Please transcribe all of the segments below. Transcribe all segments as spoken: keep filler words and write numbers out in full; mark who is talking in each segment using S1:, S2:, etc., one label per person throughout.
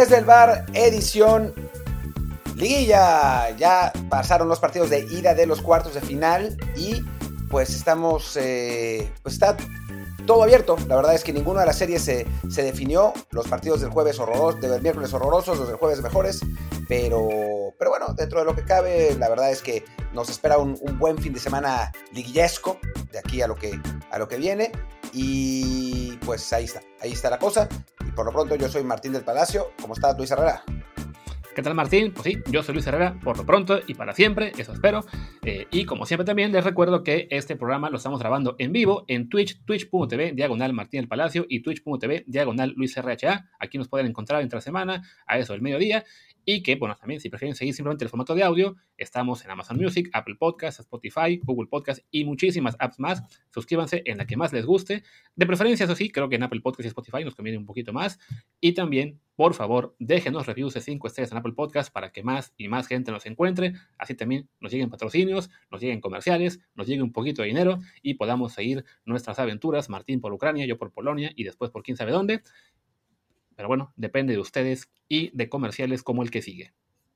S1: Desde el bar, edición liguilla. Ya pasaron los partidos de ida de los cuartos de final y pues estamos, eh, pues está todo abierto. La verdad es que ninguna de las series se, se definió. Los partidos del jueves horrorosos, del miércoles horrorosos, los del jueves mejores. Pero, pero bueno, dentro de lo que cabe, la verdad es que nos espera un, un buen fin de semana liguillesco de aquí a lo que, a lo que viene. Y pues ahí está, ahí está la cosa. Y por lo pronto yo soy Martín del Palacio. ¿Cómo estás, Luis Herrera?
S2: ¿Qué tal, Martín? Pues sí, yo soy Luis Herrera, por lo pronto y para siempre, eso espero. Eh, y como siempre también les recuerdo que este programa lo estamos grabando en vivo en Twitch, twitch.tv, diagonal Martín del Palacio y twitch.tv, diagonal Luis R H A. Aquí nos pueden encontrar entre semana, a eso del mediodía. Y que, bueno, también si prefieren seguir simplemente el formato de audio, estamos en Amazon Music, Apple Podcasts, Spotify, Google Podcasts y muchísimas apps más. Suscríbanse en la que más les guste. De preferencia, eso sí, creo que en Apple Podcasts y Spotify nos conviene un poquito más. Y también, por favor, déjenos reviews de cinco estrellas en Apple Podcasts para que más y más gente nos encuentre. Así también nos lleguen patrocinios, nos lleguen comerciales, nos llegue un poquito de dinero y podamos seguir nuestras aventuras. Martín por Ucrania, yo por Polonia y después por quién sabe dónde. Pero bueno, depende de ustedes y de comerciales como el que sigue.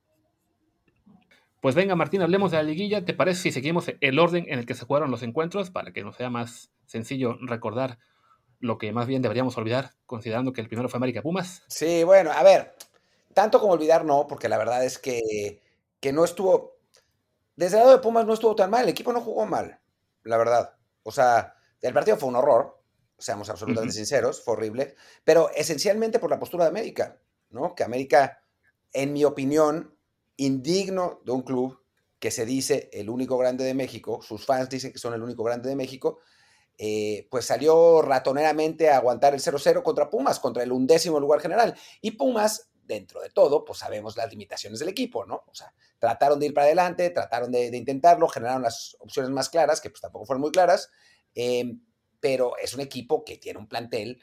S2: Pues venga, Martín, hablemos de la liguilla. ¿Te parece si seguimos el orden en el que se jugaron los encuentros para que nos sea más sencillo recordar lo que más bien deberíamos olvidar, considerando que el primero fue América Pumas?
S1: Sí, bueno, a ver, tanto como olvidar no, porque la verdad es que, que no estuvo, desde el lado de Pumas no estuvo tan mal, el equipo no jugó mal, la verdad. O sea, el partido fue un horror, seamos absolutamente uh-huh. sinceros, fue horrible, pero esencialmente por la postura de América, ¿no? Que América, en mi opinión, indigno de un club que se dice el único grande de México, sus fans dicen que son el único grande de México, eh, pues salió ratoneramente a aguantar el cero cero contra Pumas, contra el undécimo lugar general. Y Pumas, dentro de todo, pues sabemos las limitaciones del equipo, ¿no? O sea, trataron de ir para adelante, trataron de, de intentarlo, generaron las opciones más claras, que pues tampoco fueron muy claras, eh, pero es un equipo que tiene un plantel,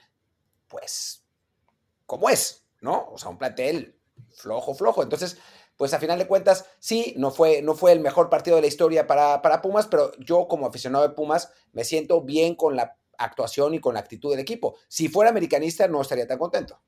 S1: pues, como es, ¿no? O sea, un plantel flojo, flojo. Entonces, pues a final de cuentas, sí, no fue, no fue el mejor partido de la historia para, para Pumas, pero yo como aficionado de Pumas me siento bien con la actuación y con la actitud del equipo. Si fuera americanista no estaría tan contento.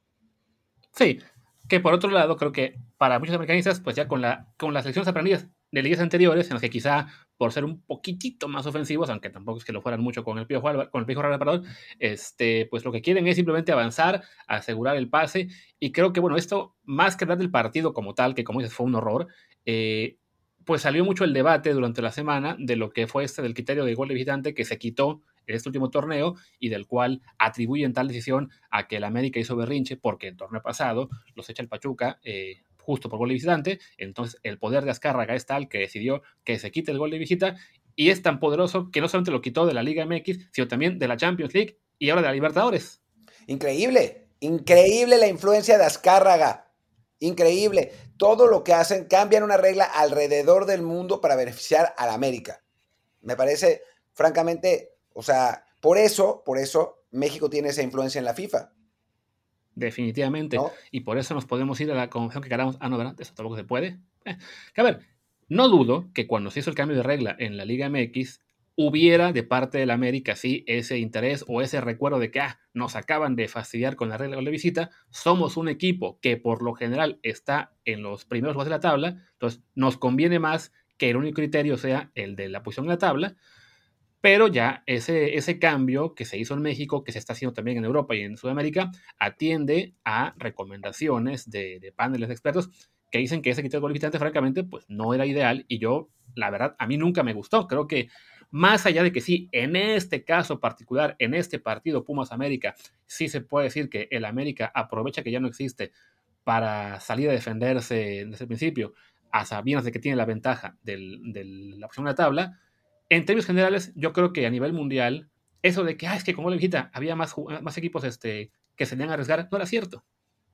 S2: Sí, que por otro lado creo que para muchos americanistas, pues ya con, la, con las lecciones aprendidas de ligas anteriores, en las que quizá por ser un poquitito más ofensivos, aunque tampoco es que lo fueran mucho con el Piojo con el Piojo Perdón, este, pues lo que quieren es simplemente avanzar, asegurar el pase, y creo que, bueno, esto, más que hablar del partido como tal, que como dices fue un horror, eh, pues salió mucho el debate durante la semana de lo que fue este del criterio de gol de visitante que se quitó en este último torneo y del cual atribuyen tal decisión a que el América hizo berrinche porque el torneo pasado los echa el Pachuca eh, justo por gol de visitante. Entonces el poder de Azcárraga es tal que decidió que se quite el gol de visita y es tan poderoso que no solamente lo quitó de la Liga M X, sino también de la Champions League y ahora de la Libertadores.
S1: Increíble, increíble la influencia de Azcárraga. Increíble. Todo lo que hacen, cambian una regla alrededor del mundo para beneficiar a la América. Me parece, francamente, o sea, por eso, por eso México tiene esa influencia en la FIFA.
S2: Definitivamente. ¿No? Y por eso nos podemos ir a la convención que queramos. Ah, no, ¿verdad? Eso tampoco se puede. Eh, que a ver, no dudo que cuando se hizo el cambio de regla en la Liga M X, hubiera de parte de la América, sí, ese interés o ese recuerdo de que ah, nos acaban de fastidiar con la regla de visita, somos un equipo que por lo general está en los primeros lugares de la tabla, entonces nos conviene más que el único criterio sea el de la posición en la tabla, pero ya ese, ese cambio que se hizo en México, que se está haciendo también en Europa y en Sudamérica, atiende a recomendaciones de, de paneles de expertos que dicen que ese criterio de gol visitante, francamente, pues no era ideal y yo, la verdad, a mí nunca me gustó. Creo que más allá de que sí, en este caso particular, en este partido Pumas-América, sí se puede decir que el América aprovecha que ya no existe para salir a defenderse desde el principio, a sabiendas de que tiene la ventaja del, de la opción de la tabla. En términos generales, yo creo que a nivel mundial, eso de que, ah, es que como la visita había más, más equipos este, que se tenían a arriesgar, no era cierto.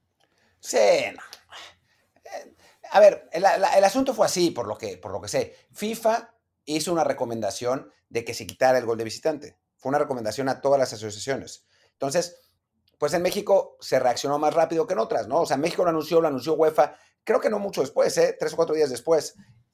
S1: Sí, no. A ver, el, la, el asunto fue así, por lo, que, por lo que sé. FIFA hizo una recomendación de que se quitara el gol de visitante. Fue una recomendación a todas las asociaciones. Entonces, pues en México se reaccionó más rápido que en otras, ¿no? O sea, México lo anunció, lo anunció UEFA, creo que no mucho después, ¿eh? Tres o cuatro días después.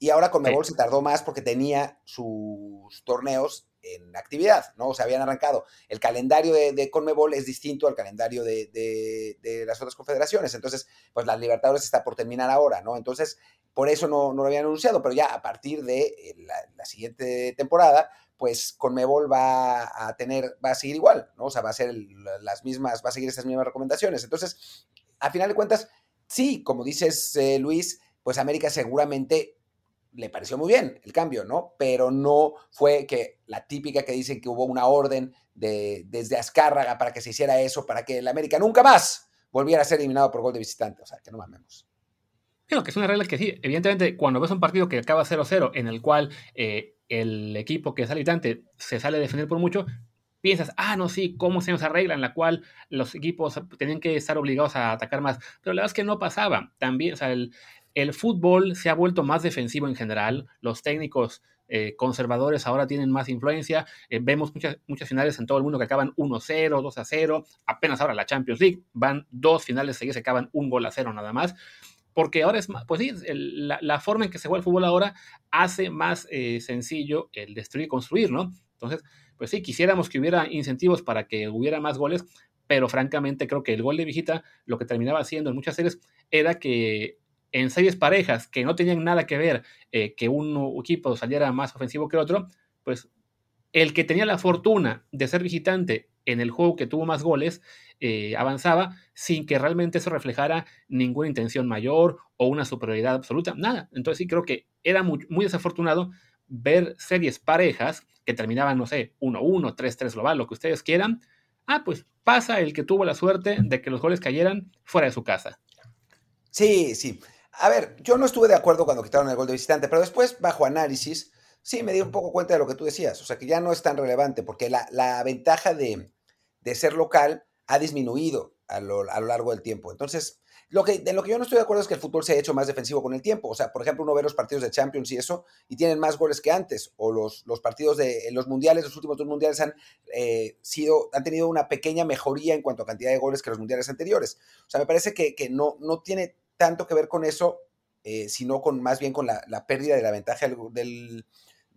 S1: Y ahora Conmebol sí. se tardó más porque tenía sus torneos en actividad, ¿no? O sea, habían arrancado. El calendario de, de Conmebol es distinto al calendario de, de, de las otras confederaciones. Entonces, pues las Libertadores está por terminar ahora, ¿no? Entonces, por eso no, no lo habían anunciado, pero ya a partir de la, la siguiente temporada, pues Conmebol va a tener, va a seguir igual, ¿no? O sea, va a ser el, las mismas, va a seguir esas mismas recomendaciones. Entonces, a final de cuentas, sí, como dices, eh, Luis, pues América seguramente le pareció muy bien el cambio, ¿no? Pero no fue que la típica que dicen que hubo una orden de, desde Azcárraga para que se hiciera eso, para que el América nunca más volviera a ser eliminado por gol de visitante. O sea, que no mamemos.
S2: Creo que es una regla que sí, evidentemente, cuando ves un partido que acaba cero cero, en el cual eh, el equipo que es habitante se sale a defender por mucho, piensas, ah, no, sí, ¿cómo se esa regla en la cual los equipos tenían que estar obligados a atacar más? Pero la verdad es que no pasaba. También, o sea, el, el fútbol se ha vuelto más defensivo en general. Los técnicos eh, conservadores ahora tienen más influencia. Eh, vemos muchas, muchas finales en todo el mundo que acaban uno cero, dos a cero. Apenas ahora la Champions League van dos finales seguidas que acaban un gol a cero nada más. Porque ahora es más, pues sí, el, la, la forma en que se juega el fútbol ahora hace más eh, sencillo el destruir y construir, ¿no? Entonces, pues sí, quisiéramos que hubiera incentivos para que hubiera más goles, pero francamente creo que el gol de visita lo que terminaba haciendo en muchas series era que en series parejas que no tenían nada que ver, eh, que un equipo saliera más ofensivo que el otro, pues el que tenía la fortuna de ser visitante en el juego que tuvo más goles, eh, avanzaba sin que realmente eso reflejara ninguna intención mayor o una superioridad absoluta, nada. Entonces sí creo que era muy, muy desafortunado ver series parejas que terminaban, no sé, uno uno, tres tres global, lo que ustedes quieran. Ah, pues pasa el que tuvo la suerte de que los goles cayeran fuera de su casa.
S1: Sí, sí. A ver, yo no estuve de acuerdo cuando quitaron el gol de visitante, pero después, bajo análisis, sí me di un poco cuenta de lo que tú decías. O sea, que ya no es tan relevante, porque la, la ventaja de, de ser local ha disminuido a lo, a lo largo del tiempo. Entonces, lo que, de lo que yo no estoy de acuerdo es que el fútbol se ha hecho más defensivo con el tiempo. O sea, por ejemplo, uno ve los partidos de Champions y eso, y tienen más goles que antes. O los, los partidos de los mundiales, los últimos dos mundiales han, eh, sido, han tenido una pequeña mejoría en cuanto a cantidad de goles que los mundiales anteriores. O sea, me parece que, que no, no tiene tanto que ver con eso, eh, sino con más bien con la, la pérdida de la ventaja del, del,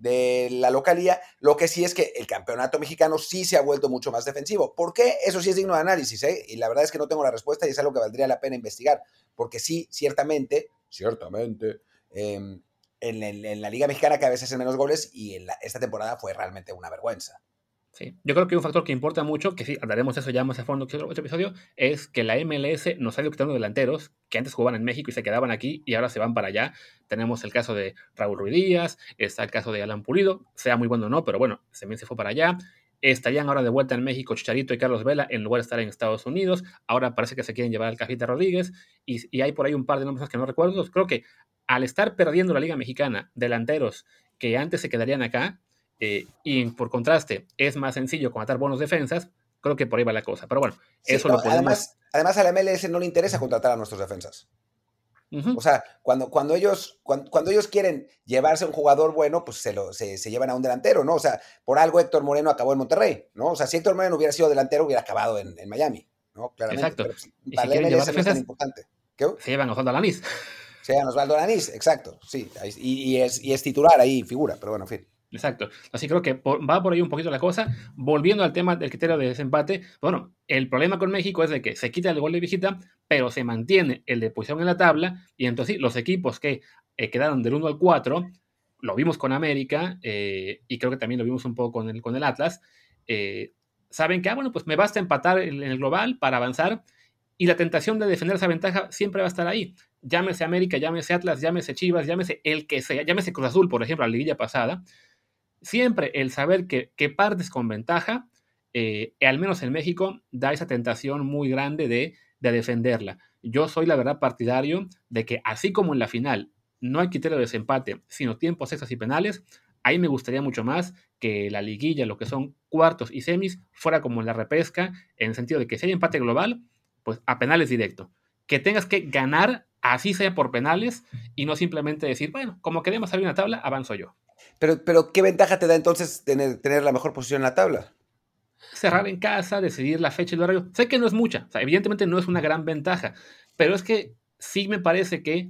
S1: de la localía. Lo que sí es que el campeonato mexicano sí se ha vuelto mucho más defensivo. ¿Por qué? Eso sí es digno de análisis, ¿eh? Y la verdad es que no tengo la respuesta y es algo que valdría la pena investigar, porque sí, ciertamente, ciertamente, eh, en, en, en la Liga Mexicana cada vez hacen menos goles y en la, esta temporada fue realmente una vergüenza.
S2: Sí. Yo creo que un factor que importa mucho, que sí, hablaremos de eso ya más a fondo que otro, otro episodio, es que la M L S nos ha ido quitando delanteros que antes jugaban en México y se quedaban aquí y ahora se van para allá. Tenemos el caso de Raúl Ruiz Díaz, está el caso de Alan Pulido, sea muy bueno o no, pero bueno, también se fue para allá. Estarían ahora de vuelta en México Chicharito y Carlos Vela en lugar de estar en Estados Unidos. Ahora parece que se quieren llevar al Cajita Rodríguez y, y hay por ahí un par de nombres que no recuerdo. Creo que al estar perdiendo la Liga Mexicana delanteros que antes se quedarían acá, Eh, y por contraste, es más sencillo contratar buenos defensas, creo que por ahí va la cosa. Pero bueno,
S1: sí,
S2: eso
S1: no,
S2: lo podemos...
S1: Además, además a la M L S no le interesa contratar a nuestros defensas.
S2: Uh-huh.
S1: O sea, cuando, cuando, ellos, cuando, cuando ellos quieren llevarse a un jugador bueno, pues se, lo, se, se llevan a un delantero, ¿no? O sea, por algo Héctor Moreno acabó en Monterrey, ¿no? O sea, si Héctor Moreno hubiera sido delantero, hubiera acabado en, en Miami, ¿no? Claramente.
S2: Exacto.
S1: Pero pues,
S2: Y
S1: para
S2: si
S1: la
S2: quieren
S1: M L
S2: llevar
S1: S no es tan
S2: defensas,
S1: importante. ¿Qué?
S2: se llevan a Osvaldo Alanís.
S1: Se llaman Osvaldo Alanís, exacto, sí. Y, y, es, y es titular ahí, figura, pero bueno, en fin.
S2: Exacto. Así creo que por, va por ahí un poquito la cosa. Volviendo al tema del criterio de desempate, bueno, el problema con México es de que se quita el gol de visita, pero se mantiene el de posición en la tabla, y entonces sí, los equipos que eh, quedaron del uno al cuatro, lo vimos con América, eh, y creo que también lo vimos un poco con el, con el Atlas, eh, saben que, ah, bueno, pues me basta empatar en, en el global para avanzar, y la tentación de defender esa ventaja siempre va a estar ahí. Llámese América, llámese Atlas, llámese Chivas, llámese el que sea, llámese Cruz Azul, por ejemplo, la liguilla pasada. Siempre el saber que, que partes con ventaja, eh, al menos en México, da esa tentación muy grande de, de defenderla. Yo soy la verdad partidario de que así como en la final no hay criterio de desempate, sino tiempos extras y penales, ahí me gustaría mucho más que la liguilla, lo que son cuartos y semis, fuera como en la repesca, en el sentido de que si hay empate global, pues a penales directo. Que tengas que ganar, así sea por penales, y no simplemente decir, bueno, como queremos salir una tabla, avanzo yo.
S1: Pero, pero ¿qué ventaja te da entonces tener, tener la mejor posición en la tabla?
S2: Cerrar en casa, decidir la fecha y el horario. Sé que no es mucha, o sea, evidentemente no es una gran ventaja, pero es que sí me parece que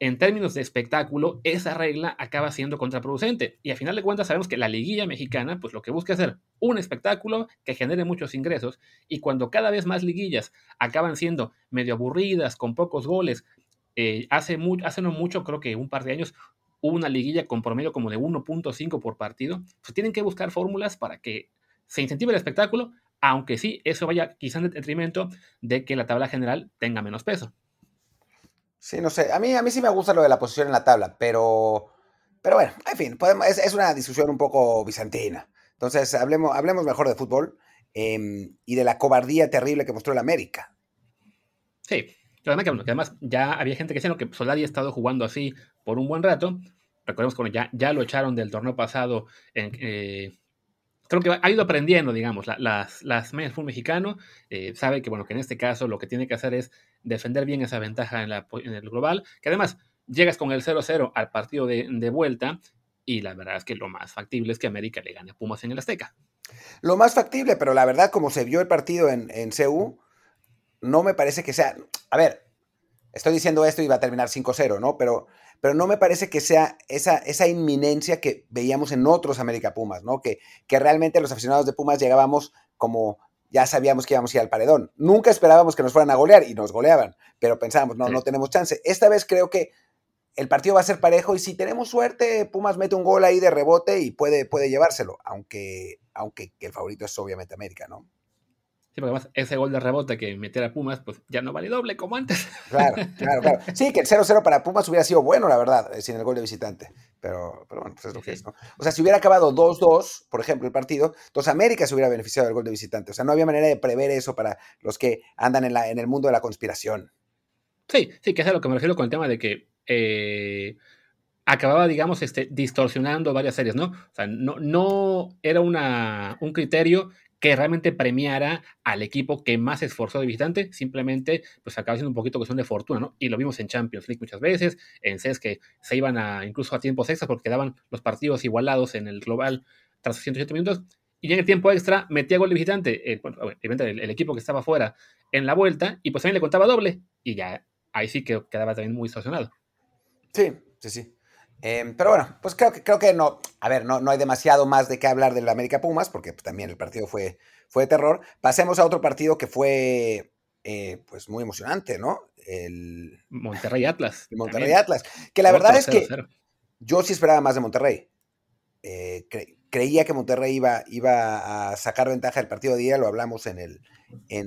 S2: en términos de espectáculo, esa regla acaba siendo contraproducente. Y a final de cuentas sabemos que la liguilla mexicana, pues lo que busca es hacer un espectáculo que genere muchos ingresos, y cuando cada vez más liguillas acaban siendo medio aburridas, con pocos goles, eh, hace, mu hace no mucho, creo que un par de años, hubo una liguilla con promedio como de uno punto cinco por partido, pues tienen que buscar fórmulas para que se incentive el espectáculo, aunque sí, eso vaya quizá en detrimento de que la tabla general tenga menos peso.
S1: Sí, no sé. A mí, a mí sí me gusta lo de la posición en la tabla, pero, pero bueno, en fin, podemos, es, es una discusión un poco bizantina. Entonces, hablemos, hablemos mejor de fútbol eh, y de la cobardía terrible que mostró el América.
S2: Sí, además, que, que además ya había gente que decía, ¿no?, que Solari ha estado jugando así por un buen rato. Recordemos que bueno, ya, ya lo echaron del torneo pasado. En, eh, creo que ha ido aprendiendo, digamos, la, las, las medias fútbol mexicano. Eh, sabe que, bueno, que en este caso lo que tiene que hacer es defender bien esa ventaja en, la, en el global. Que además llegas con el cero cero al partido de, de vuelta. Y la verdad es que lo más factible es que América le gane a Pumas en el Azteca.
S1: Lo más factible, pero la verdad, como se vio el partido en, en C U, no me parece que sea. A ver, estoy diciendo esto y va a terminar cinco cero, ¿no? Pero, pero no me parece que sea esa, esa inminencia que veíamos en otros América Pumas, ¿no? Que, que realmente los aficionados de Pumas llegábamos como ya sabíamos que íbamos a ir al paredón. Nunca esperábamos que nos fueran a golear y nos goleaban, pero pensábamos, no, sí. no tenemos chance. Esta vez creo que el partido va a ser parejo y si tenemos suerte, Pumas mete un gol ahí de rebote y puede, puede llevárselo, aunque, aunque el favorito es obviamente América, ¿no?
S2: Sí, porque además ese gol de rebote que metiera Pumas, pues ya no vale doble como antes.
S1: Claro, claro, claro. Sí, que el cero cero para Pumas hubiera sido bueno, la verdad, sin el gol de visitante. Pero, pero bueno, pues es lo que es, ¿no? O sea, si hubiera acabado dos dos, por ejemplo, el partido, entonces América se hubiera beneficiado del gol de visitante. O sea, no había manera de prever eso para los que andan en, la, en el mundo de la conspiración.
S2: Sí, sí, que es a lo que me refiero con el tema de que eh, acababa, digamos, este, distorsionando varias series, ¿no? O sea, no, no era una, un criterio que realmente premiara al equipo que más se esforzó de visitante, simplemente pues acaba siendo un poquito cuestión de fortuna, ¿no? Y lo vimos en Champions League muchas veces, en C E S que se iban a incluso a tiempos extras porque quedaban los partidos igualados en el global tras ciento siete minutos, y en el tiempo extra metía gol de visitante, eh, bueno, el, el equipo que estaba fuera en la vuelta, y pues también le contaba doble, y ya ahí sí que quedaba también muy distorsionado.
S1: Sí, sí, sí. Eh, pero bueno, pues creo que, creo que no, a ver, no, no hay demasiado más de qué hablar del América Pumas, porque pues, también el partido fue, fue de terror. Pasemos a otro partido que fue eh, pues muy emocionante, ¿no? El
S2: Monterrey Atlas.
S1: El Monterrey Atlas. Que la
S2: otro
S1: verdad es
S2: cero,
S1: que
S2: cero.
S1: Yo sí esperaba más de Monterrey. Eh, cre creía que Monterrey iba, iba a sacar ventaja del partido de ida, lo hablamos en el, en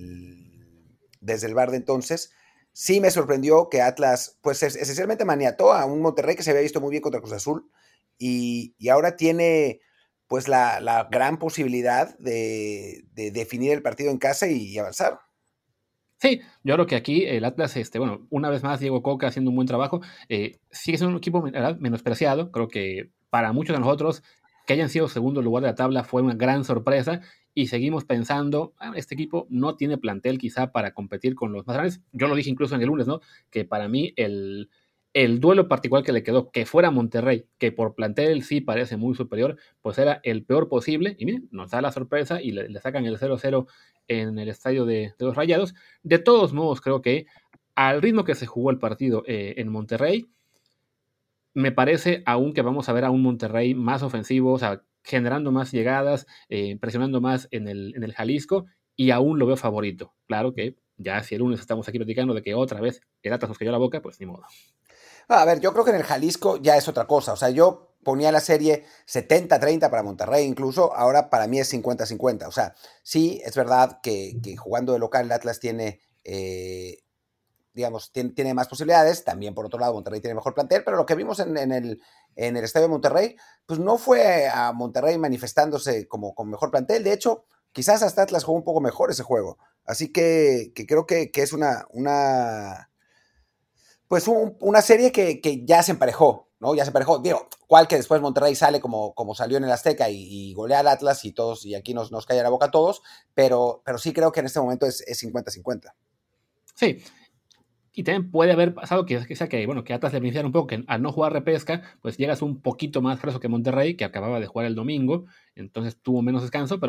S1: el desde el bar de entonces. Sí me sorprendió que Atlas, pues esencialmente maniató a un Monterrey que se había visto muy bien contra Cruz Azul y, y ahora tiene pues la, la gran posibilidad de, de, definir el partido en casa y, y avanzar.
S2: Sí, yo creo que aquí el Atlas, este, bueno, una vez más Diego Coca haciendo un buen trabajo, eh, sigue siendo un equipo ¿verdad? menospreciado, creo que para muchos de nosotros que hayan sido segundo lugar de la tabla fue una gran sorpresa y seguimos pensando, ah, este equipo no tiene plantel quizá para competir con los más grandes. Yo lo dije incluso en el lunes, ¿no? Que para mí el, el duelo particular que le quedó, que fuera Monterrey, que por plantel sí parece muy superior, pues era el peor posible. Y miren, nos da la sorpresa y le, le sacan el cero cero en el estadio de, de los Rayados. De todos modos, creo que al ritmo que se jugó el partido eh, en Monterrey, me parece aún que vamos a ver a un Monterrey más ofensivo, o sea, generando más llegadas, eh, presionando más en el, en el Jalisco, y aún lo veo favorito. Claro que ya si el lunes estamos aquí platicando de que otra vez el Atlas nos cayó la boca, pues ni modo.
S1: A ver, yo creo que en el Jalisco ya es otra cosa. O sea, yo ponía la serie setenta treinta para Monterrey incluso, ahora para mí es cincuenta cincuenta. O sea, sí, es verdad que, que jugando de local el Atlas tiene, eh, digamos, tiene, tiene, más posibilidades. También, por otro lado, Monterrey tiene mejor plantel, pero lo que vimos en, en, el, en el estadio de Monterrey, pues no fue a Monterrey manifestándose como con mejor plantel. De hecho, quizás hasta Atlas jugó un poco mejor ese juego. Así que, que creo que, que es una... una pues un, una serie que, que ya se emparejó, ¿no? Ya se emparejó. Digo, cual que después Monterrey sale como, como salió en el Azteca y, y golea al Atlas y todos, y aquí nos, nos calla la boca a todos, pero, pero sí creo que en este momento es cincuenta cincuenta.
S2: Sí. Y también puede haber pasado que, que sea que, bueno, que Atlas le beneficiara un poco, que al no jugar repesca, pues llegas un poquito más fresco que Monterrey, que acababa de jugar el domingo, entonces tuvo menos descanso, pero bueno,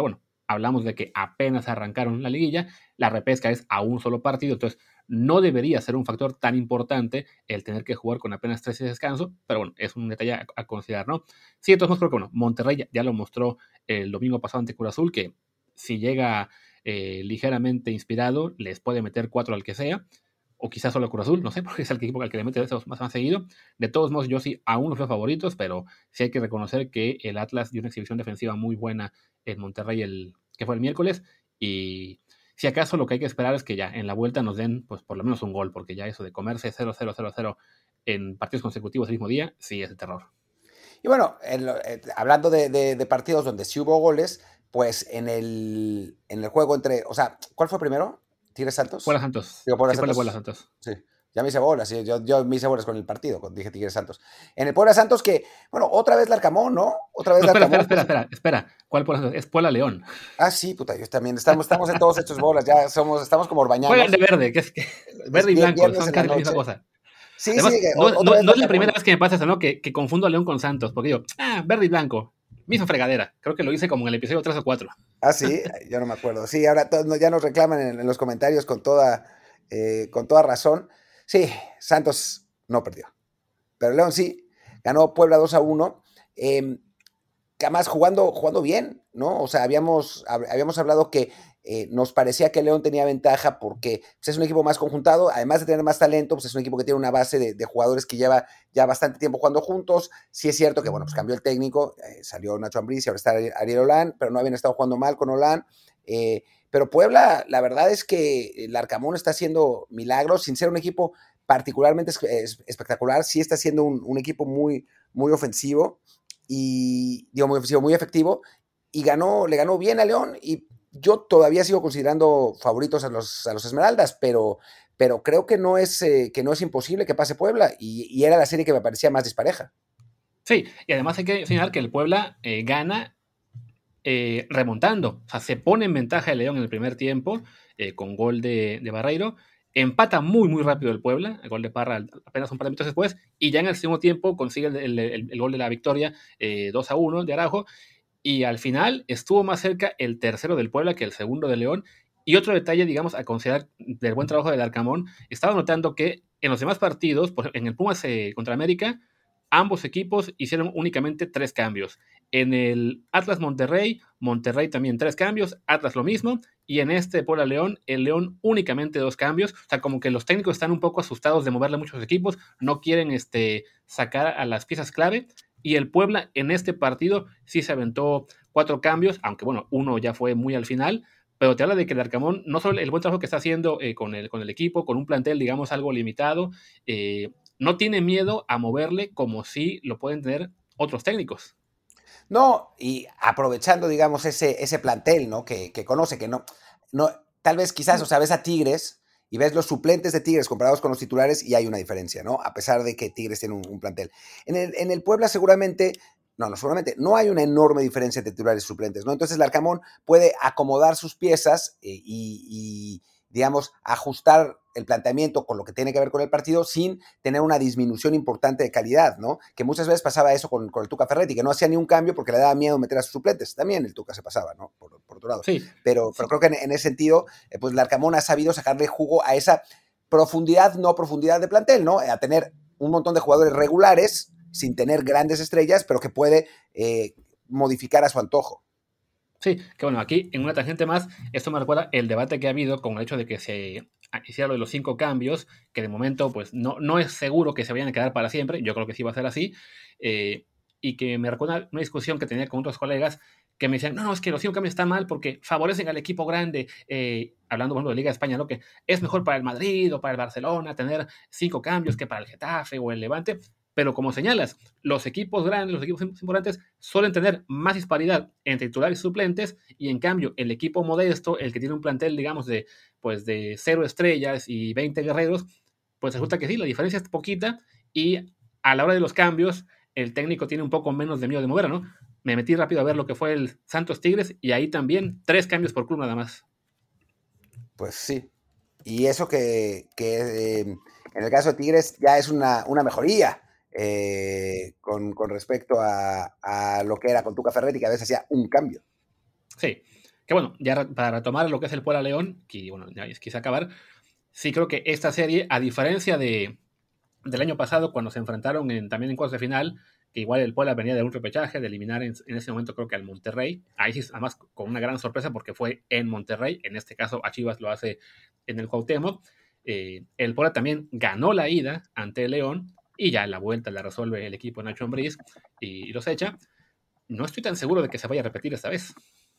S2: hablamos de que apenas arrancaron la liguilla, la repesca es a un solo partido, entonces no debería ser un factor tan importante el tener que jugar con apenas tres de descanso, pero bueno, es un detalle a, a considerar, ¿no? Sí, entonces creo que bueno, Monterrey ya, ya lo mostró el domingo pasado ante Cruz Azul, que si llega eh, ligeramente inspirado, les puede meter cuatro al que sea, o quizás solo Cruz Azul, no sé, porque es el equipo al que le mete esos más, más seguido. De todos modos, yo sí aún los veo favoritos, pero sí hay que reconocer que el Atlas dio una exhibición defensiva muy buena en Monterrey, el que fue el miércoles, y si acaso lo que hay que esperar es que ya en la vuelta nos den pues por lo menos un gol, porque ya eso de comerse cero cero cero cero en partidos consecutivos el mismo día, sí es de terror.
S1: Y bueno, en lo, eh, hablando de, de, de partidos donde sí hubo goles, pues en el, en el juego entre, o sea, ¿cuál fue primero? ¿Tigres Santos?
S2: Puebla Santos.
S1: Digo, Puebla
S2: Sí,
S1: Santos.
S2: Puebla Santos.
S1: Sí, ya me hice bolas, sí, yo, yo me hice bolas con el partido, cuando dije Tigres Santos. En el Puebla Santos que, bueno, otra vez Larcamón, ¿no? Otra vez
S2: no, espera,
S1: Larcamón.
S2: Espera, espera, pues, espera, espera. ¿Cuál Puebla Santos? Es Puebla León.
S1: Ah, sí, puta, yo también. Estamos, estamos en todos hechos bolas, ya somos, estamos como orbañanos.
S2: Juegan de verde, que es que verde es y blanco, son casi la misma cosa.
S1: Sí,
S2: Además,
S1: sí,
S2: no,
S1: otra
S2: no,
S1: vez
S2: no es la primera vez que me pasa eso, ¿no? Que, que confundo a León con Santos, porque digo, ah, verde y blanco, misma fregadera. Creo que lo hice como en el episodio tres o cuatro.
S1: Ah, sí, yo no me acuerdo. Sí, ahora todos ya nos reclaman en, en los comentarios con toda, eh, con toda razón. Sí, Santos no perdió, pero León sí, ganó Puebla dos a uno. Eh, además jugando, jugando bien, ¿no? O sea, habíamos, habíamos hablado que eh, nos parecía que León tenía ventaja porque pues, es un equipo más conjuntado, además de tener más talento, pues es un equipo que tiene una base de, de jugadores que lleva ya bastante tiempo jugando juntos. Sí es cierto que, bueno, pues cambió el técnico, eh, salió Nacho Ambriz y ahora está Ariel Holland, pero no habían estado jugando mal con Holland. Eh, pero Puebla, la verdad es que el Arcamón está haciendo milagros, sin ser un equipo particularmente espectacular, sí está siendo un, un equipo muy, muy ofensivo y digo muy ofensivo, muy efectivo, y ganó, le ganó bien a León, y yo todavía sigo considerando favoritos a los, a los Esmeraldas, pero, pero creo que no, es, eh, que no es imposible que pase Puebla, y, y era la serie que me parecía más dispareja.
S2: Sí, y además hay que señalar que el Puebla eh, gana eh, remontando, o sea, se pone en ventaja el León en el primer tiempo, eh, con gol de, de Barreiro, empata muy muy rápido el Puebla, el gol de Parra apenas un par de minutos después, y ya en el segundo tiempo consigue el, el, el, el gol de la victoria, eh, dos a uno de Araujo, y al final estuvo más cerca el tercero del Puebla que el segundo de León. Y otro detalle, digamos, a considerar del buen trabajo del Arcamón, estaba notando que en los demás partidos, por ejemplo, en el Pumas eh, contra América, ambos equipos hicieron únicamente tres cambios. En el Atlas Monterrey, Monterrey también tres cambios, Atlas lo mismo, y en este Puebla León, el León únicamente dos cambios. O sea, como que los técnicos están un poco asustados de moverle a muchos equipos, no quieren este, sacar a las piezas clave. Y el Puebla en este partido sí se aventó cuatro cambios, aunque bueno, uno ya fue muy al final, pero te habla de que el Arcamón, no solo el buen trabajo que está haciendo eh, con, el, con el equipo, con un plantel, digamos, algo limitado, eh, no tiene miedo a moverle como si lo pueden tener otros técnicos.
S1: No, y aprovechando, digamos, ese, ese plantel, ¿no? Que, que conoce, que no, no, tal vez quizás, o sea, ves a Tigres y ves los suplentes de Tigres comparados con los titulares y hay una diferencia, ¿no? A pesar de que Tigres tiene un, un plantel. En el, en el Puebla seguramente, no, no seguramente, no hay una enorme diferencia entre titulares y suplentes, ¿no? Entonces el Arcamón puede acomodar sus piezas eh, y, y, digamos, ajustar el planteamiento con lo que tiene que ver con el partido sin tener una disminución importante de calidad, ¿no? Que muchas veces pasaba eso con, con el Tuca Ferretti, que no hacía ni un cambio porque le daba miedo meter a sus suplentes. También el Tuca se pasaba, ¿no? Por, por otro lado.
S2: Sí.
S1: Pero,
S2: sí.
S1: pero creo que en, en ese sentido, eh, pues el Arcamón ha sabido sacarle jugo a esa profundidad, no profundidad de plantel, ¿no? A tener un montón de jugadores regulares sin tener grandes estrellas, pero que puede eh, modificar a su antojo.
S2: Sí, que bueno, aquí en una tangente más, esto me recuerda el debate que ha habido con el hecho de que se hiciera lo de los cinco cambios, que de momento pues no, no es seguro que se vayan a quedar para siempre, yo creo que sí va a ser así, eh, y que me recuerda una discusión que tenía con otros colegas que me decían, no, no, es que los cinco cambios están mal porque favorecen al equipo grande, eh, hablando por ejemplo de Liga de España, ¿no? Que es mejor para el Madrid o para el Barcelona tener cinco cambios que para el Getafe o el Levante. Pero como señalas, los equipos grandes, los equipos importantes suelen tener más disparidad entre titulares y suplentes, y en cambio el equipo modesto, el que tiene un plantel, digamos, de, pues de cero estrellas y veinte guerreros, pues resulta que sí, la diferencia es poquita, y a la hora de los cambios, el técnico tiene un poco menos de miedo de mover, ¿no? Me metí rápido a ver lo que fue el Santos Tigres, y ahí también tres cambios por club nada más.
S1: Pues sí. Y eso que, que eh, en el caso de Tigres ya es una, una mejoría. Eh, con, con respecto a, a lo que era con Tuca Ferretti, que a veces hacía un cambio.
S2: Sí, que bueno, ya para retomar lo que es el Puebla León, que bueno, ya quise acabar, sí creo que esta serie, a diferencia de, del año pasado, cuando se enfrentaron en, también en cuartos de final, que igual el Puebla venía de un repechaje, de eliminar en, en ese momento creo que al Monterrey, ahí sí, además con una gran sorpresa porque fue en Monterrey, en este caso a Chivas lo hace en el Cuauhtémoc, eh, el Puebla también ganó la ida ante el León, y ya la vuelta la resuelve el equipo de Nacho Ambriz y, y los echa. No estoy tan seguro de que se vaya a repetir esta vez.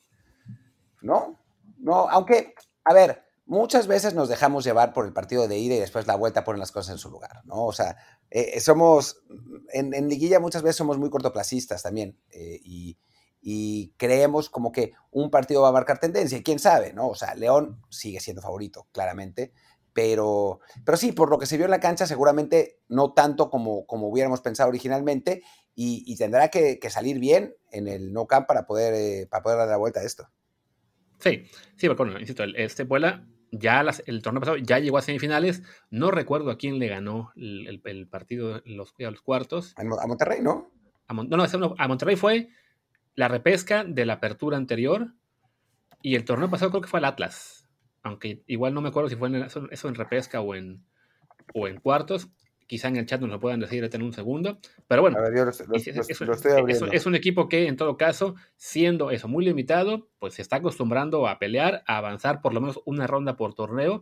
S1: No, no, aunque, a ver, muchas veces nos dejamos llevar por el partido de ida y después la vuelta ponen las cosas en su lugar, ¿no? O sea, eh, somos, en, en liguilla muchas veces somos muy cortoplacistas también eh, y, y creemos como que un partido va a marcar tendencia y quién sabe, ¿no? O sea, León sigue siendo favorito, claramente, pero, pero sí, por lo que se vio en la cancha, seguramente no tanto como, como hubiéramos pensado originalmente y, y tendrá que, que, salir bien en el No Camp para poder, eh, para poder dar la vuelta a esto.
S2: Sí, sí, porque bueno, insisto, este Puebla ya las, el torneo pasado ya llegó a semifinales. No recuerdo a quién le ganó el, el, el partido los, a los cuartos.
S1: A Monterrey, ¿no?
S2: A, no, no, a Monterrey fue la repesca de la apertura anterior y el torneo pasado creo que fue al Atlas. Aunque igual no me acuerdo si fue en eso, eso en repesca o en, o en cuartos. Quizá en el chat nos lo puedan decir en un segundo. Pero bueno,
S1: a ver, yo lo, lo,
S2: es, es,
S1: lo, lo estoy abriendo.
S2: Es, es un equipo que, en todo caso, siendo eso muy limitado, pues se está acostumbrando a pelear, a avanzar por lo menos una ronda por torneo.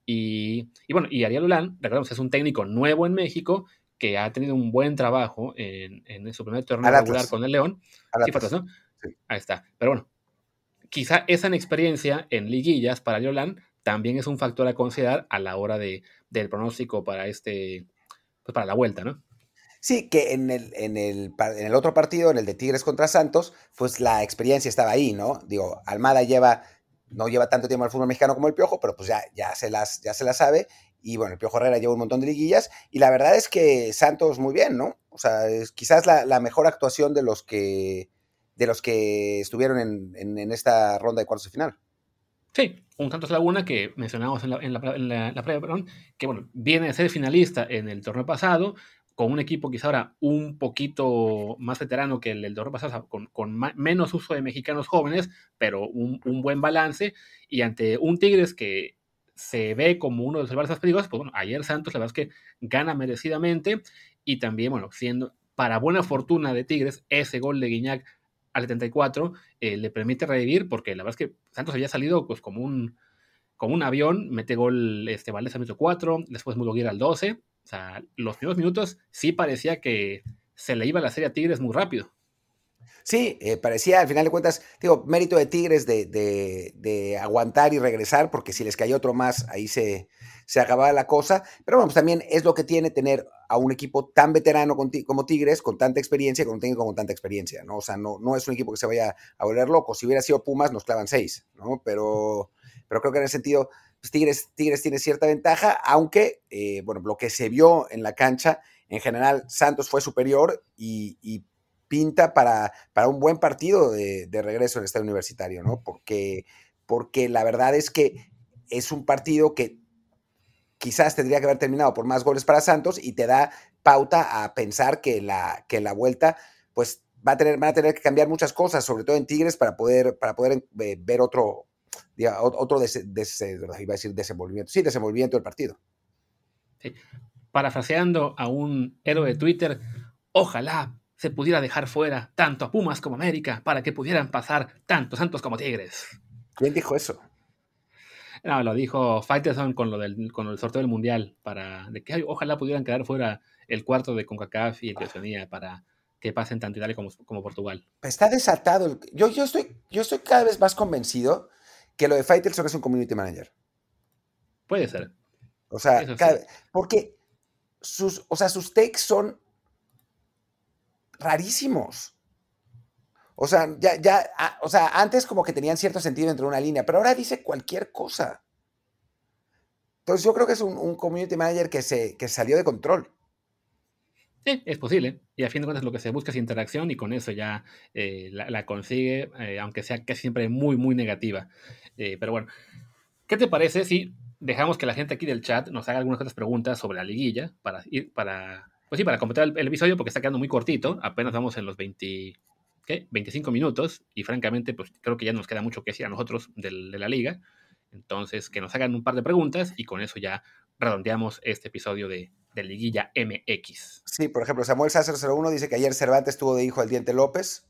S2: Y, y bueno, y Ariel Holland, recordemos, es un técnico nuevo en México que ha tenido un buen trabajo en, en su primer torneo
S1: Al
S2: regular
S1: Atlas.
S2: con el León.
S1: Al
S2: Sí,
S1: Atlas.
S2: ¿no?
S1: Sí.
S2: Ahí está. Pero bueno, quizá esa inexperiencia en liguillas para Ariel Holland también es un factor a considerar a la hora de, del pronóstico para este, pues para la vuelta, ¿no?
S1: Sí, que en el, en, el, en el otro partido, en el de Tigres contra Santos, pues la experiencia estaba ahí, ¿no? Digo, Almada lleva, no lleva tanto tiempo al fútbol mexicano como el Piojo, pero pues ya, ya, se las, ya se las sabe. Y bueno, el Piojo Herrera lleva un montón de liguillas. Y la verdad es que Santos muy bien, ¿no? O sea, es quizás la, la mejor actuación de los que, de los que estuvieron en, en, en esta ronda de cuartos de final.
S2: Sí, un Santos Laguna que mencionábamos en la, en la, en la, la previa, perdón, que bueno, viene a ser finalista en el torneo pasado, con un equipo quizá ahora un poquito más veterano que el del torneo pasado, con, con ma- menos uso de mexicanos jóvenes, pero un, un buen balance, y ante un Tigres que se ve como uno de los rivales más peligrosos, pues bueno, ayer Santos la verdad es que gana merecidamente, y también, bueno, siendo para buena fortuna de Tigres, ese gol de Guiñac al setenta y cuatro eh, le permite revivir, porque la verdad es que Santos había salido pues como un, como un avión, mete gol este, Valdés al minuto cuatro, después Mudoguira al doce, o sea, los primeros minutos sí parecía que se le iba la serie a Tigres muy rápido.
S1: Sí, eh, parecía, al final de cuentas, digo, mérito de Tigres de, de, de, aguantar y regresar, porque si les cayó otro más, ahí se, se acababa la cosa. Pero bueno, pues también es lo que tiene tener a un equipo tan veterano como Tigres, con tanta experiencia, con un técnico con tanta experiencia, ¿no? O sea, no, no es un equipo que se vaya a volver loco. Si hubiera sido Pumas, nos clavan seis, ¿no? Pero, pero creo que en ese sentido, pues Tigres, Tigres tiene cierta ventaja, aunque, eh, bueno, lo que se vio en la cancha, en general, Santos fue superior y, y pinta para, para un buen partido de, de regreso en el estadio universitario, ¿no? Porque, porque la verdad es que es un partido que quizás tendría que haber terminado por más goles para Santos y te da pauta a pensar que la, que la vuelta, pues va a tener, van a tener que cambiar muchas cosas, sobre todo en Tigres, para poder, para poder eh, ver otro, diga, otro des, des, iba a decir desenvolvimiento, sí, desenvolvimiento del partido.
S2: Sí. Parafraseando a un héroe de Twitter, ojalá se pudiera dejar fuera tanto a Pumas como a América para que pudieran pasar tanto Santos como Tigres.
S1: ¿Quién dijo eso?
S2: No, lo dijo Faitelson con lo del, con el sorteo del Mundial, para de que ay, ojalá pudieran quedar fuera el cuarto de CONCACAF y el de Oceanía para que pasen tanto Italia como, como Portugal.
S1: Está desatado. El, yo, yo, estoy, yo estoy cada vez más convencido que lo de Faitelson es un community manager.
S2: Puede ser.
S1: O sea,
S2: Eso
S1: cada,
S2: sí.
S1: porque sus, o sea, sus takes son rarísimos. O sea, ya, ya, a, o sea, antes como que tenían cierto sentido entre una línea, pero ahora dice cualquier cosa. Entonces yo creo que es un, un community manager que se que salió de control.
S2: Sí, es posible. Y a fin de cuentas lo que se busca es interacción y con eso ya eh, la, la, consigue, eh, aunque sea casi siempre muy, muy negativa. Eh, pero bueno, ¿qué te parece si dejamos que la gente aquí del chat nos haga algunas otras preguntas sobre la liguilla para ir para, pues sí, para completar el, el episodio porque está quedando muy cortito. Apenas vamos en los veinte, ¿qué? veinticinco minutos, y francamente, pues creo que ya nos queda mucho que decir a nosotros de, de la liga. Entonces, que nos hagan un par de preguntas y con eso ya redondeamos este episodio de, de Liguilla M X.
S1: Sí, por ejemplo, Samuel Sácer cero uno dice que ayer Cervantes tuvo de hijo al Diente López.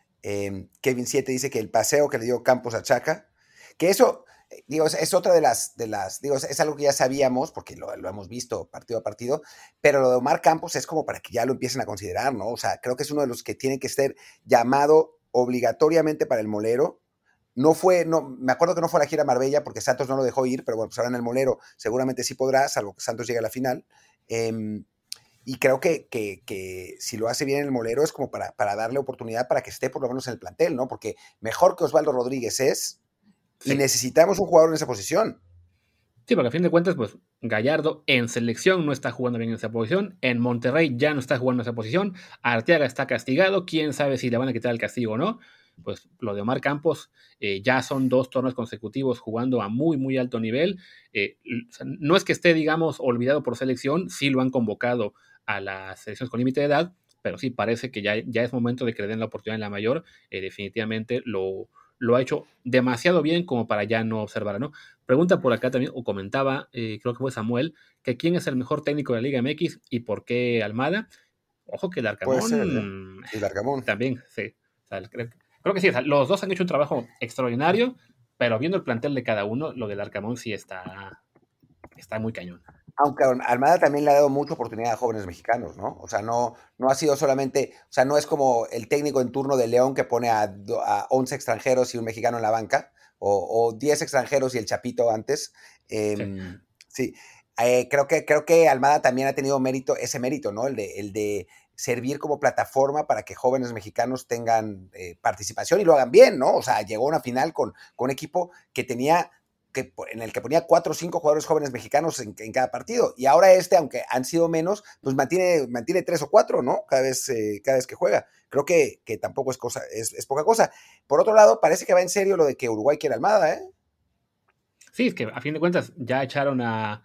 S1: Eh, Kevin siete dice que el paseo que le dio Campos a Chaca, que eso, digo, es, es otra de las, de las, digo, es, es algo que ya sabíamos, porque lo, lo hemos visto partido a partido, pero lo de Omar Campos es como para que ya lo empiecen a considerar, ¿no? O sea, creo que es uno de los que tiene que ser llamado obligatoriamente para el Molero. No fue, no, me acuerdo que no fue a la gira Marbella porque Santos no lo dejó ir, pero bueno, pues ahora en el Molero seguramente sí podrá, salvo que Santos llegue a la final. Eh, y creo que, que, que si lo hace bien en el Molero es como para, para darle oportunidad para que esté por lo menos en el plantel, ¿no? Porque mejor que Osvaldo Rodríguez es, sí. Y necesitamos un jugador en esa posición.
S2: Sí, porque a fin de cuentas, pues Gallardo en selección no está jugando bien en esa posición, en Monterrey ya no está jugando en esa posición, Arteaga está castigado, quién sabe si le van a quitar el castigo o no. Pues lo de Omar Campos eh, ya son dos torneos consecutivos jugando a muy, muy alto nivel. Eh, no es que esté, digamos, olvidado por selección, sí lo han convocado a las selecciones con límite de edad, pero sí parece que ya, ya es momento de que le den la oportunidad en la mayor. Eh, definitivamente lo, lo ha hecho demasiado bien como para ya no observar, ¿no? Pregunta por acá también, o comentaba, eh, creo que fue Samuel, que quién es el mejor técnico de la Liga M X y por qué Almada. Ojo que el Arcamón...
S1: Puede ser, ¿eh? Sí, el Arcamón.
S2: También, sí. O sea, creo, creo que sí, o sea, los dos han hecho un trabajo extraordinario, pero viendo el plantel de cada uno, lo del Arcamón sí está, está muy cañón.
S1: Aunque Almada también le ha dado mucha oportunidad a jóvenes mexicanos, ¿no? O sea, no, no ha sido solamente, o sea, no es como el técnico en turno de León que pone a, a once extranjeros y un mexicano en la banca, o, o diez extranjeros y el Chapito antes. Eh, sí, sí. Eh, creo, que, creo que Almada también ha tenido mérito, ese mérito, ¿no? El de, el de servir como plataforma para que jóvenes mexicanos tengan eh, participación y lo hagan bien, ¿no? O sea, llegó a una final con, con un equipo que tenía... Que, en el que ponía cuatro o cinco jugadores jóvenes mexicanos en, en cada partido. Y ahora este, aunque han sido menos, pues mantiene, mantiene tres o cuatro, ¿no? Cada vez, eh, cada vez que juega. Creo que, que tampoco es, cosa, es, es poca cosa. Por otro lado, parece que va en serio lo de que Uruguay quiere Almada, ¿eh?
S2: Sí, es que a fin de cuentas ya echaron a,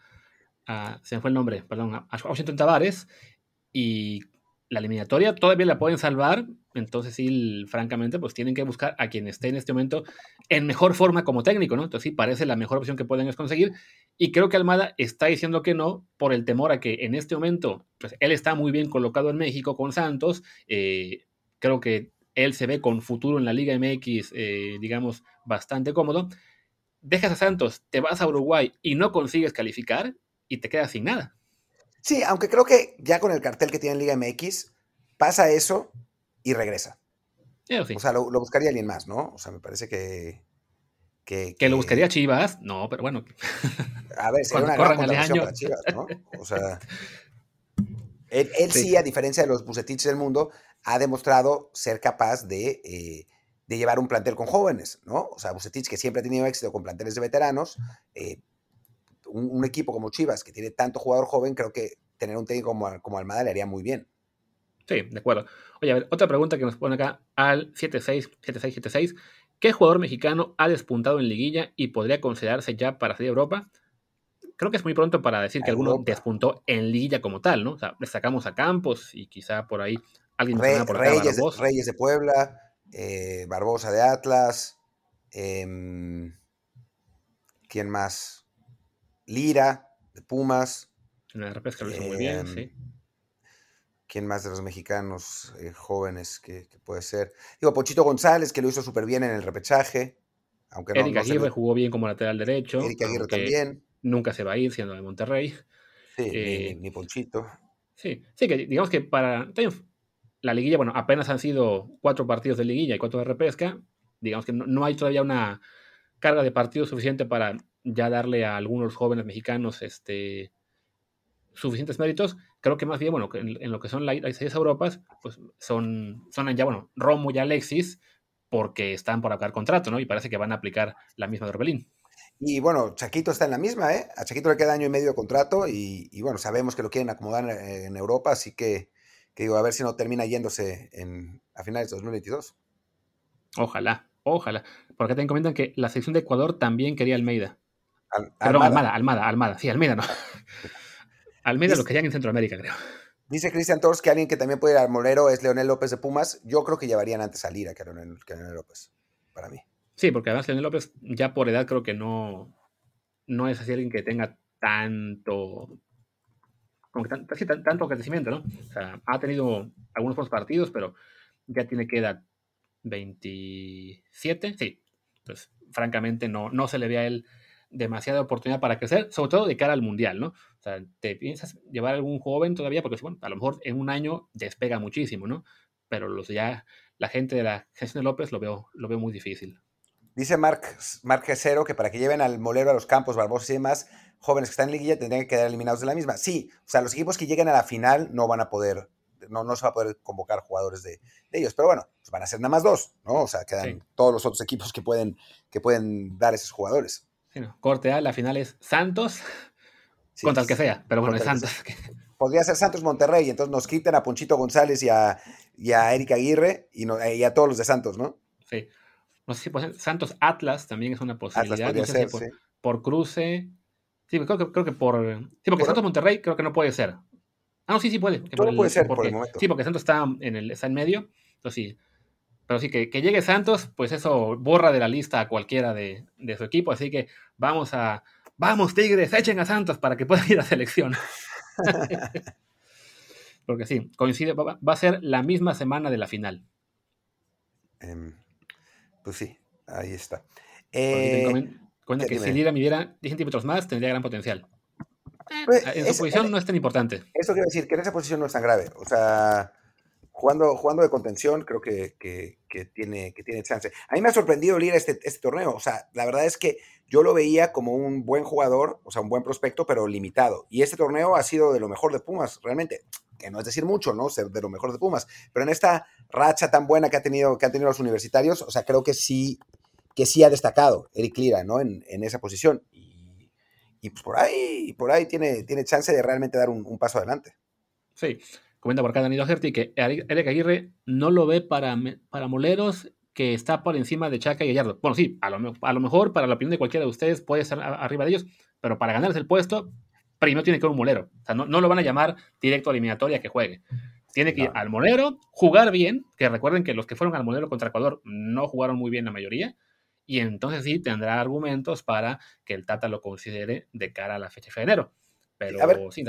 S2: a se me fue el nombre, perdón, a, a Washington Tavares, y la eliminatoria todavía la pueden salvar, entonces sí, francamente, pues tienen que buscar a quien esté en este momento en mejor forma como técnico, ¿no? Entonces sí, parece la mejor opción que pueden es conseguir, y creo que Almada está diciendo que no por el temor a que en este momento, pues él está muy bien colocado en México con Santos, eh, creo que él se ve con futuro en la Liga M X, eh, digamos, bastante cómodo. Dejas a Santos, te vas a Uruguay y no consigues calificar y te quedas sin nada.
S1: Sí, aunque creo que ya con el cartel que tiene Liga M X, pasa eso y regresa.
S2: Eso sí.
S1: O sea, lo, lo buscaría alguien más, ¿no? O sea, me parece que...
S2: Que, que... ¿Que lo buscaría Chivas? No, pero bueno.
S1: A ver, sería una gran contratación para Chivas, ¿no? O sea, él, él sí. sí, a diferencia de los Bucetich del mundo, ha demostrado ser capaz de, eh, de llevar un plantel con jóvenes, ¿no? O sea, Bucetich, que siempre ha tenido éxito con planteles de veteranos, eh, un, un equipo como Chivas, que tiene tanto jugador joven, creo que tener un técnico como, como Almada le haría muy bien.
S2: Sí, de acuerdo. Oye, a ver, otra pregunta que nos pone acá al siete seis siete seis siete seis. ¿Qué jugador mexicano ha despuntado en liguilla y podría considerarse ya para salir a Europa? Creo que es muy pronto para decir que alguno despuntó en liguilla como tal, ¿no? O sea, destacamos a Campos y quizá por ahí alguien
S1: Re, mencionaba por acá Reyes, de, Reyes de Puebla, eh, Barbosa de Atlas, eh, ¿quién más? Lira de Pumas.
S2: En la repesca lo hizo eh, muy bien, sí.
S1: ¿Quién más de los mexicanos eh, jóvenes que, que puede ser? Digo, Pochito González, que lo hizo súper bien en el repechaje. Aunque no,
S2: Eric
S1: no
S2: Aguirre
S1: se...
S2: jugó bien como lateral derecho.
S1: Eric Aguirre también.
S2: Nunca se va a ir siendo de Monterrey.
S1: Sí, eh, ni, ni Ponchito.
S2: Sí, sí, que digamos que para la liguilla, bueno, apenas han sido cuatro partidos de liguilla y cuatro de repesca. Digamos que no, no hay todavía una carga de partidos suficiente para ya darle a algunos jóvenes mexicanos este, suficientes méritos. Creo que más bien, bueno, en, en lo que son las seis Europas, pues son, son ya, bueno, Romo y Alexis, porque están por acabar contrato, ¿no? Y parece que van a aplicar la misma de Orbelín.
S1: Y bueno, Chaquito está en la misma, ¿eh? A Chaquito le queda año y medio de contrato y, y bueno, sabemos que lo quieren acomodar en, en Europa, así que, que digo, a ver si no termina yéndose en, a finales de dos mil veintidós.
S2: Ojalá, ojalá. Porque también comentan que la selección de Ecuador también quería Almeida.
S1: Al,
S2: Perdón, Almada, Almada, Almada. Sí, Almeida no. Almeida
S1: dice,
S2: lo querían en Centroamérica, creo.
S1: Dice Cristian Torres que alguien que también puede ir al Molero es Leonel López de Pumas. Yo creo que llevarían antes a Lira que a Leonel, que a Leonel López, para mí.
S2: Sí, porque además Leonel López ya por edad creo que no, no es así alguien que tenga tanto, como que tan, sí, tan- tanto crecimiento, ¿no? O sea, ha tenido algunos buenos partidos, pero ya tiene que edad veintisiete, sí. Entonces, francamente, no, no se le ve a él demasiada oportunidad para crecer, sobre todo de cara al Mundial, ¿no? O sea, te piensas llevar a algún joven todavía, porque bueno, a lo mejor en un año despega muchísimo, ¿no? Pero los ya, la gente de la gestión de López lo veo, lo veo muy difícil.
S1: Dice Marc, Marc Gesero que para que lleven al Molero a los campos, Barbosa y demás, jóvenes que están en liguilla tendrían que quedar eliminados de la misma. Sí, o sea, los equipos que lleguen a la final no van a poder, no, no se va a poder convocar jugadores de, de ellos, pero bueno, pues van a ser nada más dos, ¿no? O sea, quedan sí. todos los otros equipos que pueden, que pueden dar esos jugadores.
S2: Sí, no. Corte A, la final es Santos sí, contra el que sea, pero bueno, es Santos.
S1: Podría ser Santos Monterrey, entonces nos quiten a Ponchito González y a, y a Eric Aguirre y, no, y a todos los de Santos, ¿no?
S2: Sí. No sé si puede ser. Santos Atlas también es una posibilidad. No sé ser, si por, sí. por cruce. Sí, creo que, creo que por. Sí, porque por, Santos Monterrey creo que no puede ser. Ah, no, sí, sí puede.
S1: Todo
S2: el,
S1: puede ser
S2: porque,
S1: por el momento.
S2: Sí, porque Santos está en, el, está en medio. Entonces sí. Pero sí, que, que llegue Santos, pues eso borra de la lista a cualquiera de, de su equipo. Así que vamos a. Vamos, Tigres, echen a Santos para que pueda ir a selección. Porque sí, coincide, va, va a ser la misma semana de la final.
S1: Um, pues sí, ahí está.
S2: Eh, Comenta que dime. Si Lira midiera diez centímetros más, tendría gran potencial. Eh, pues, en su es, posición en, no es tan importante.
S1: Eso quiero decir, que en esa posición no es tan grave. O sea, jugando, jugando de contención, creo que, que, que, tiene, que tiene chance. A mí me ha sorprendido Lira este, este torneo. O sea, la verdad es que yo lo veía como un buen jugador, o sea, un buen prospecto, pero limitado. Y este torneo ha sido de lo mejor de Pumas, realmente. Que no es decir mucho, ¿no? Ser de lo mejor de Pumas. Pero en esta racha tan buena que, ha tenido, que han tenido los universitarios, o sea, creo que sí, que sí ha destacado Eric Lira, ¿no? En, en esa posición. Y, y pues por ahí, por ahí tiene, tiene chance de realmente dar un, un paso adelante.
S2: Sí. Comenta por acá Danilo Gerti que Eric Aguirre no lo ve para, para moleros, que está por encima de Chaca y Gallardo. Bueno, sí, a lo, a lo mejor para la opinión de cualquiera de ustedes puede estar arriba de ellos, pero para ganarse el puesto, primero tiene que ir un molero. O sea, no, no lo van a llamar directo a eliminatoria que juegue. Tiene que ir al molero, jugar bien, que recuerden que los que fueron al molero contra Ecuador no jugaron muy bien la mayoría, y entonces sí tendrá argumentos para que el Tata lo considere de cara a la fecha de enero. Pero
S1: a ver,
S2: sí,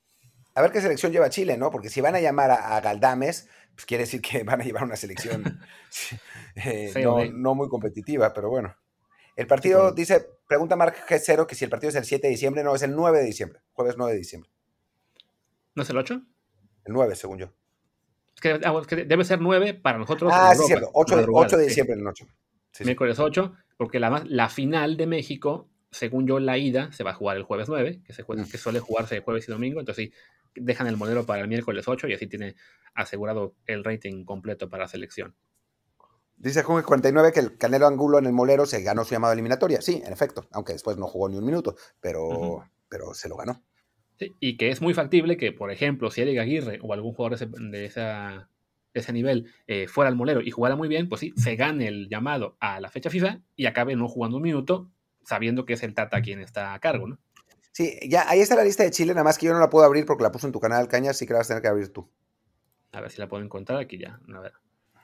S1: a ver qué selección lleva Chile, ¿no? Porque si van a llamar a, a Galdames, pues quiere decir que van a llevar una selección eh, no, no muy competitiva, pero bueno. El partido, sí, con... dice, pregunta Marc G cero que si el partido es el siete de diciembre, no, es el nueve de diciembre, jueves nueve de diciembre.
S2: ¿No es el ocho?
S1: El nueve, según yo.
S2: Es que, ah, es que debe ser nueve para nosotros.
S1: Ah, en sí, Europa, cierto, ocho de, ocho de diciembre sí. En ocho.
S2: Sí, miércoles sí. ocho, porque la, la final de México, según yo, la ida se va a jugar el jueves nueve, que, se juega, mm. que suele jugarse jueves y domingo, entonces sí, dejan el modelo para el miércoles ocho y así tiene asegurado el rating completo para la selección.
S1: Dice Junge cuarenta y nueve que el Canelo Angulo en el Molero se ganó su llamado eliminatoria. Sí, en efecto, aunque después no jugó ni un minuto, pero, uh-huh. pero se lo ganó.
S2: Sí, y que es muy factible que, por ejemplo, si Eric Aguirre o algún jugador de, ese, de, esa, de ese nivel eh, fuera al Molero y jugara muy bien, pues sí, se gane el llamado a la fecha FIFA y acabe no jugando un minuto, sabiendo que es el Tata quien está a cargo, ¿no?
S1: Sí, ya ahí está la lista de Chile, nada más que yo no la puedo abrir porque la puse en tu canal, Cañas, sí que la vas a tener que abrir tú.
S2: A ver si la puedo encontrar aquí ya. A ver.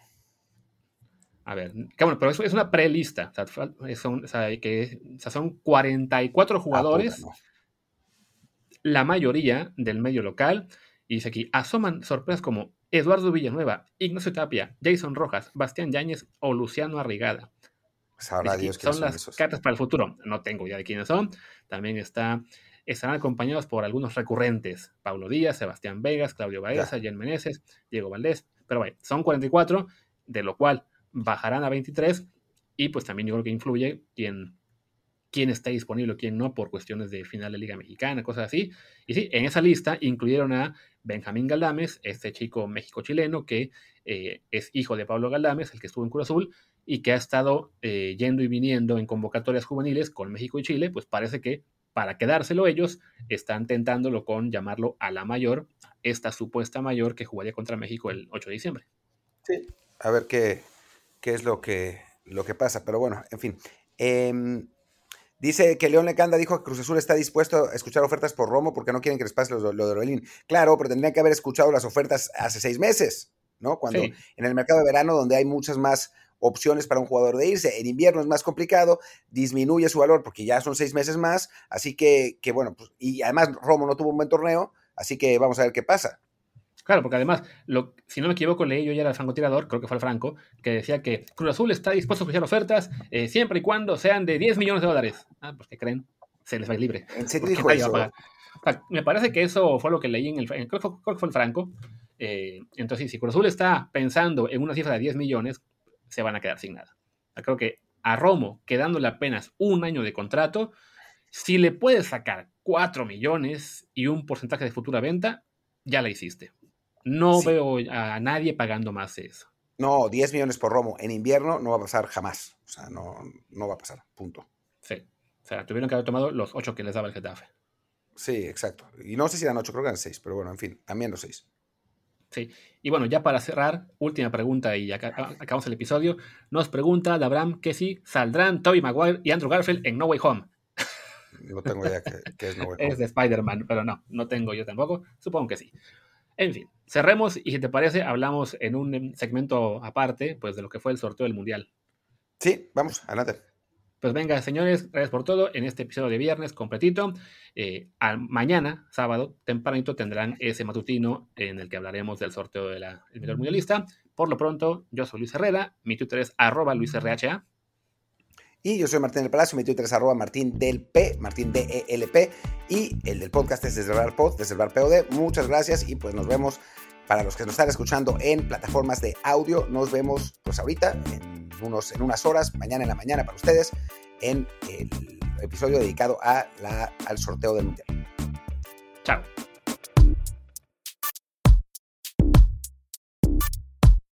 S2: A ver, que bueno, pero eso es una prelista. O sea, son, o sea, que, o sea, son cuarenta y cuatro jugadores, ah, puta, no. La mayoría del medio local. Y dice aquí, asoman sorpresas como Eduardo Villanueva, Ignacio Tapia, Jason Rojas, Bastián Yáñez o Luciano Arrigada.
S1: Sabrá Dios
S2: son,
S1: son
S2: las
S1: esos.
S2: cartas para el futuro. No tengo idea de quiénes son. También está, estarán acompañados por algunos recurrentes. Paulo Díaz, Sebastián Vegas, Claudio Baeza, Jen Meneses, Diego Valdés. Pero bueno, son cuarenta y cuatro, de lo cual bajarán a veintitrés y pues también yo creo que influye quién, quién está disponible o quién no por cuestiones de final de Liga Mexicana, cosas así. Y sí, en esa lista incluyeron a Benjamín Galdames, este chico México-chileno que eh, es hijo de Pablo Galdames, el que estuvo en Cruz Azul y que ha estado eh, yendo y viniendo en convocatorias juveniles con México y Chile, pues parece que para quedárselo ellos están tentándolo con llamarlo a la mayor, esta supuesta mayor que jugaría contra México el ocho de diciembre.
S1: Sí, a ver qué, qué es lo que, lo que pasa, pero bueno, en fin. Eh, Dice que León Lecanda dijo que Cruz Azul está dispuesto a escuchar ofertas por Romo porque no quieren que les pase lo, lo de Orbelín. Claro, pero tendrían que haber escuchado las ofertas hace seis meses, ¿no? Cuando sí. En el mercado de verano, donde hay muchas más opciones para un jugador de irse, en invierno es más complicado, disminuye su valor porque ya son seis meses más, así que, que bueno, pues, y además Romo no tuvo un buen torneo, así que vamos a ver qué pasa.
S2: Claro, porque además, lo, si no me equivoco, leí yo ya era el francotirador, creo que fue el Franco, que decía que Cruz Azul está dispuesto a escuchar ofertas eh, siempre y cuando sean de diez millones de dólares. Ah, pues ¿qué creen? Se les va libre.
S1: ¿En serio dijo eso?
S2: O sea, me parece que eso fue lo que leí en el... Creo que fue, creo que fue el Franco. Eh, entonces, si Cruz Azul está pensando en una cifra de diez millones, se van a quedar sin nada. O sea, creo que a Romo, quedándole apenas un año de contrato, si le puedes sacar cuatro millones y un porcentaje de futura venta, ya la hiciste. No sí. veo a nadie pagando más eso.
S1: No, diez millones por Romo en invierno no va a pasar jamás. O sea, no, no va a pasar, punto.
S2: Sí, o sea, tuvieron que haber tomado los ocho que les daba el Getafe.
S1: Sí, exacto. Y no sé si eran ocho, creo que eran seis, pero bueno, en fin, también los seis.
S2: Sí, y bueno, ya para cerrar, última pregunta y acá, acabamos el episodio. Nos pregunta Abraham que si saldrán Tobey Maguire y Andrew Garfield en No Way Home.
S1: No tengo idea qué, qué es No Way Home.
S2: Es de Spider-Man, pero no, no tengo yo tampoco. Supongo que sí. En fin, cerremos y si te parece, hablamos en un segmento aparte, pues de lo que fue el sorteo del Mundial.
S1: Sí, vamos, adelante.
S2: Pues venga, señores, gracias por todo en este episodio de viernes completito. Eh, al, mañana, sábado, tempranito, tendrán ese matutino en el que hablaremos del sorteo del de mejor mundialista. Por lo pronto, yo soy Luis Herrera, mi Twitter es arroba luisrha.
S1: Y yo soy Martín del Palacio, mi Twitter es arroba Martín del P, Martín D E L P, y el del podcast es Desde el Bar Pod, Desde el Bar P O D. Muchas gracias y pues nos vemos, para los que nos están escuchando en plataformas de audio, nos vemos pues ahorita, en, unos, en unas horas, mañana en la mañana para ustedes, en el episodio dedicado a la, al sorteo del Mundial.
S2: Chao.